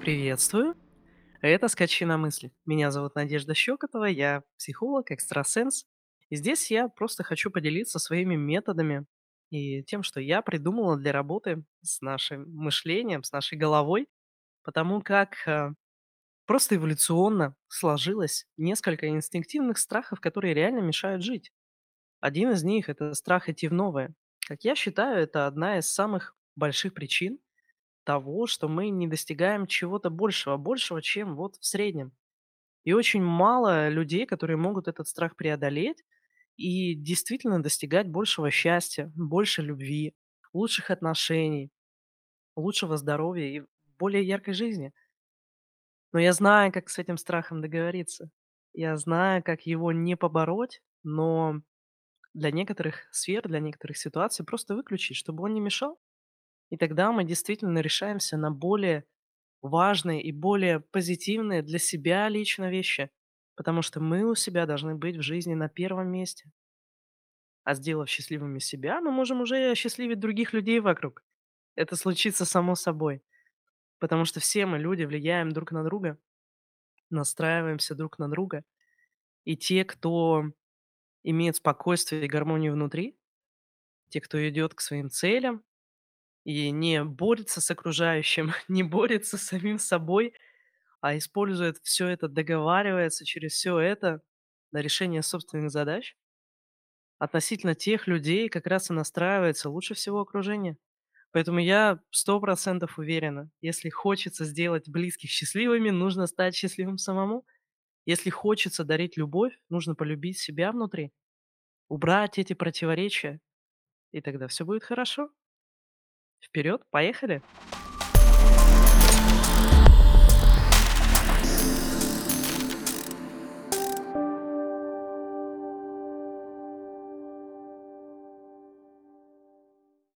Приветствую. Это «Скачи на мысли». Меня зовут Надежда Щекотова, я психолог, экстрасенс. И здесь я просто хочу поделиться своими методами и тем, что я придумала для работы с нашим мышлением, с нашей головой, потому как просто эволюционно сложилось несколько инстинктивных страхов, которые реально мешают жить. Один из них– это страх идти в новое. Как я считаю, это одна из самых больших причин того, что мы не достигаем чего-то большего, чем вот в среднем. И очень мало людей, которые могут этот страх преодолеть и действительно достигать большего счастья, больше любви, лучших отношений, лучшего здоровья и более яркой жизни. Но я знаю, как с этим страхом договориться. Я знаю, как его не побороть, но для некоторых сфер, для некоторых ситуаций просто выключить, чтобы он не мешал. И тогда мы действительно решаемся на более важные и более позитивные для себя лично вещи, потому что мы у себя должны быть в жизни на первом месте. А сделав счастливыми себя, мы можем уже и осчастливить других людей вокруг. Это случится само собой, потому что все мы, люди, влияем друг на друга, настраиваемся друг на друга. И те, кто имеет спокойствие и гармонию внутри, те, кто идет к своим целям и не борется с окружающим, не борется с самим собой, а использует все это, договаривается через все это на решение собственных задач, относительно тех людей как раз и настраивается лучше всего окружение. Поэтому я 100% уверена, если хочется сделать близких счастливыми, нужно стать счастливым самому. Если хочется дарить любовь, нужно полюбить себя внутри, убрать эти противоречия, и тогда все будет хорошо. Вперед, поехали!